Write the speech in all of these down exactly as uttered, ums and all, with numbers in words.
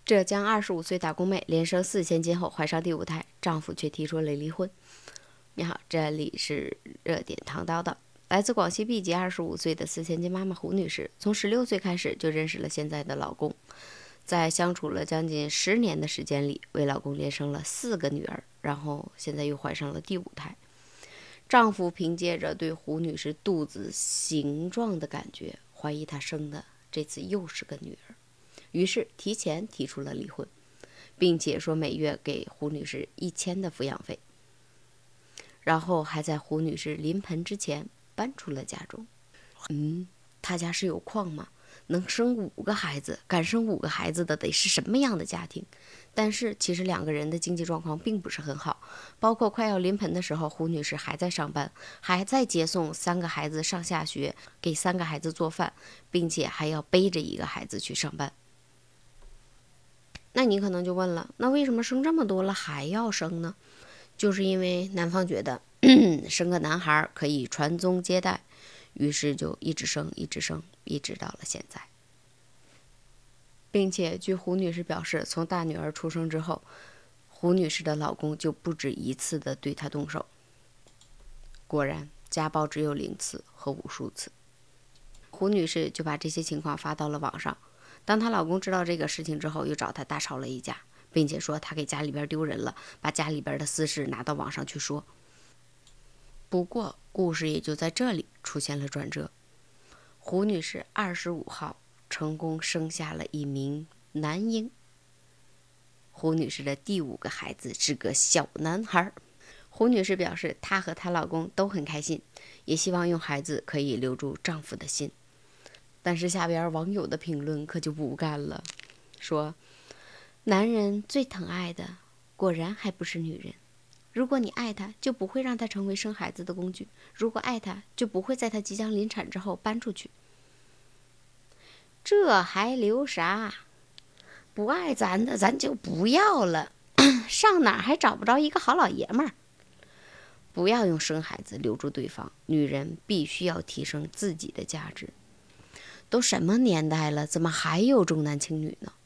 浙江二十五岁打工妹连生四千斤后怀上第五胎，丈夫却提出了离婚。你好，这里是热点糖叨叨。来自广西毕节二十五岁的四千斤妈妈胡女士，从十六岁开始就认识了现在的老公，在相处了将近十年的时间里，为老公连生了四个女儿，然后现在又怀上了第五胎。丈夫凭借着对胡女士肚子形状的感觉，怀疑她生的这次又是个女儿，于是提前提出了离婚，并且说每月给胡女士一千的抚养费，然后还在胡女士临盆之前搬出了家中。嗯，他家是有矿吗？能生五个孩子，敢生五个孩子的得是什么样的家庭？但是其实两个人的经济状况并不是很好，包括快要临盆的时候，胡女士还在上班，还在接送三个孩子上下学，给三个孩子做饭，并且还要背着一个孩子去上班。那你可能就问了，那为什么生这么多了还要生呢？就是因为男方觉得生个男孩可以传宗接代，于是就一直生一直生一直到了现在。并且据胡女士表示，从大女儿出生之后，胡女士的老公就不止一次的对她动手。果然家暴只有零次和无数次。胡女士就把这些情况发到了网上，当她老公知道这个事情之后，又找她大吵了一架，并且说她给家里边丢人了，把家里边的私事拿到网上去说。不过故事也就在这里出现了转折。胡女士二十五号成功生下了一名男婴，胡女士的第五个孩子是个小男孩。胡女士表示，她和她老公都很开心，也希望用孩子可以留住丈夫的心。但是下边网友的评论可就不干了，说男人最疼爱的果然还不是女人，如果你爱他，就不会让他成为生孩子的工具，如果爱他，就不会在他即将临产之后搬出去。这还留啥？不爱咱的咱就不要了，上哪儿还找不着一个好老爷们儿？不要用生孩子留住对方，女人必须要提升自己的价值。都什么年代了，怎么还有重男轻女呢？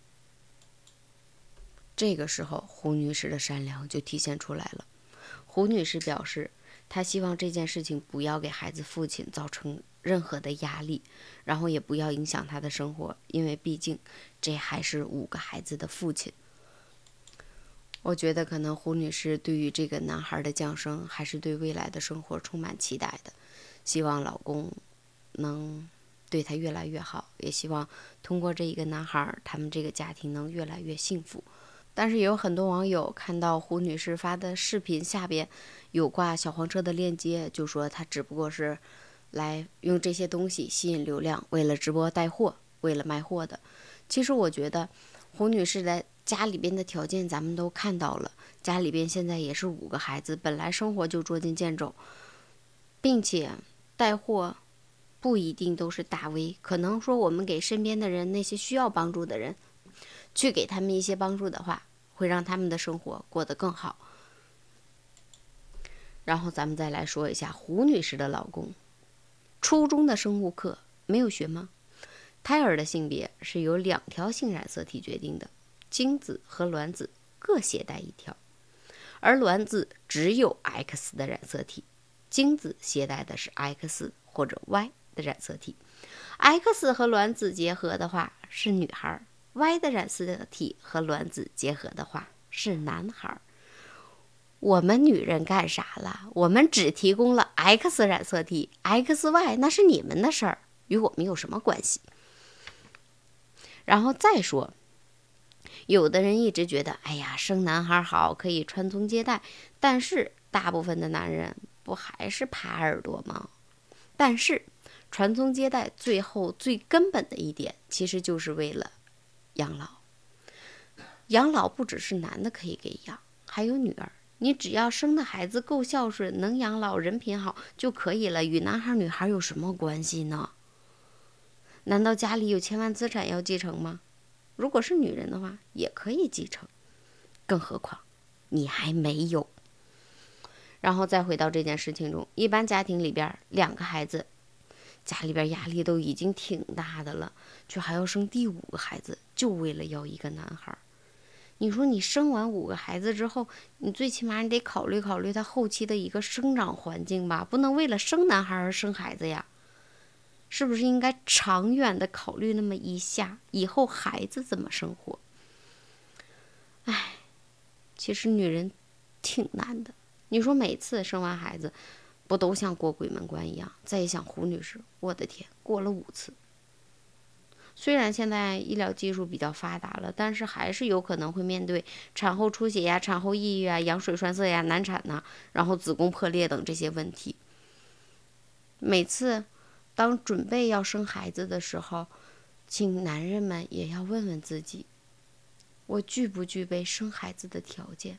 这个时候胡女士的善良就体现出来了。胡女士表示，她希望这件事情不要给孩子父亲造成任何的压力，然后也不要影响他的生活，因为毕竟这还是五个孩子的父亲。我觉得可能胡女士对于这个男孩的降生还是对未来的生活充满期待的，希望老公能对她越来越好，也希望通过这一个男孩他们这个家庭能越来越幸福。但是也有很多网友看到胡女士发的视频下边有挂小黄车的链接，就说她只不过是来用这些东西吸引流量，为了直播带货，为了卖货的。其实我觉得胡女士的家里边的条件咱们都看到了，家里边现在也是五个孩子，本来生活就捉襟见肘，并且带货不一定都是大 V， 可能说我们给身边的人，那些需要帮助的人，去给他们一些帮助的话，会让他们的生活过得更好。然后咱们再来说一下胡女士的老公，初中的生物课没有学吗？胎儿的性别是由两条性染色体决定的，精子和卵子各携带一条，而卵子只有 X 的染色体，精子携带的是 X 或者 Y 的染色体。X 和卵子结合的话是女孩， Y 的染色体和卵子结合的话是男孩。我们女人干啥了？我们只提供了 X 染色体， X Y 那是你们的事儿，与我们有什么关系？然后再说，有的人一直觉得，哎呀，生男孩好，可以传宗接代，但是大部分的男人不还是耙耳朵吗？但是传宗接代最后最根本的一点，其实就是为了养老。养老不只是男的可以给养，还有女儿，你只要生的孩子够孝顺，能养老，人品好就可以了，与男孩女孩有什么关系呢？难道家里有千万资产要继承吗？如果是女人的话也可以继承，更何况你还没有。然后再回到这件事情中，一般家庭里边两个孩子，家里边压力都已经挺大的了，却还要生第五个孩子，就为了要一个男孩。 你说你生完五个孩子之后，你最起码你得考虑考虑他后期的一个生长环境吧，不能为了生男孩而生孩子呀。是不是应该长远的考虑那么一下，以后孩子怎么生活？哎，其实女人挺难的。你说每次生完孩子，不都像过鬼门关一样？再一想胡女士，我的天，过了五次。虽然现在医疗技术比较发达了，但是还是有可能会面对产后出血呀、产后抑郁啊、羊水栓塞呀、难产呐、啊，然后子宫破裂等这些问题。每次当准备要生孩子的时候，请男人们也要问问自己，我具不具备生孩子的条件？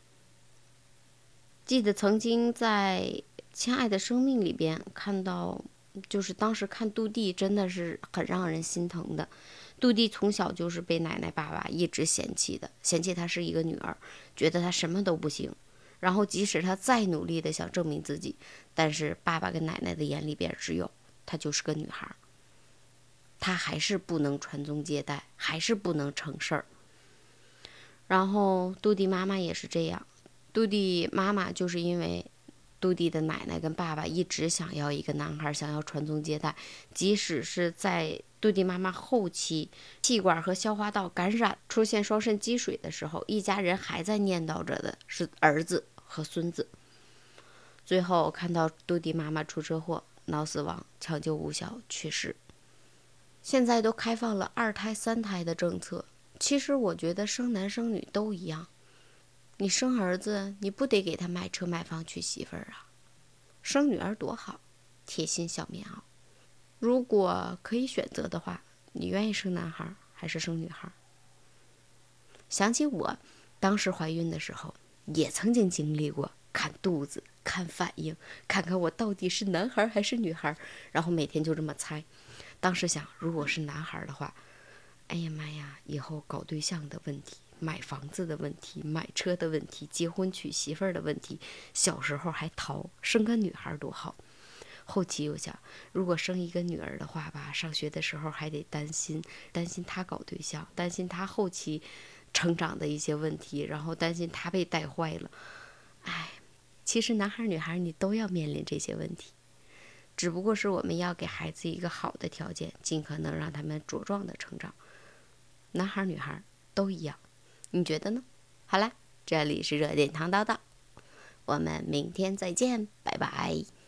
记得曾经在《亲爱的生命》里边看到，就是当时看杜蒂真的是很让人心疼的。杜蒂从小就是被奶奶爸爸一直嫌弃的，嫌弃她是一个女儿，觉得她什么都不行。然后即使她再努力的想证明自己，但是爸爸跟奶奶的眼里边只有她就是个女孩，她还是不能传宗接代，还是不能成事儿。然后杜蒂妈妈也是这样，杜蒂妈妈就是因为杜蒂的奶奶跟爸爸一直想要一个男孩，想要传宗接代，即使是在杜蒂妈妈后期气管和消化道感染出现双肾积水的时候，一家人还在念叨着的是儿子和孙子。最后看到杜蒂妈妈出车祸脑死亡，抢救无效去世。现在都开放了二胎三胎的政策，其实我觉得生男生女都一样，你生儿子你不得给他买车买房娶媳妇儿啊，生女儿多好，贴心小棉袄。如果可以选择的话，你愿意生男孩还是生女孩？想起我当时怀孕的时候，也曾经经历过看肚子、看反应，看看我到底是男孩还是女孩，然后每天就这么猜。当时想，如果是男孩的话，哎呀妈呀，以后搞对象的问题，买房子的问题，买车的问题，结婚娶媳妇儿的问题，小时候还淘，生个女孩多好。后期又想，如果生一个女儿的话吧，上学的时候还得担心，担心她搞对象，担心她后期成长的一些问题，然后担心她被带坏了。哎，其实男孩女孩你都要面临这些问题，只不过是我们要给孩子一个好的条件，尽可能让他们茁壮的成长。男孩女孩都一样，你觉得呢？好了，这里是热点糖叨叨，我们明天再见，拜拜。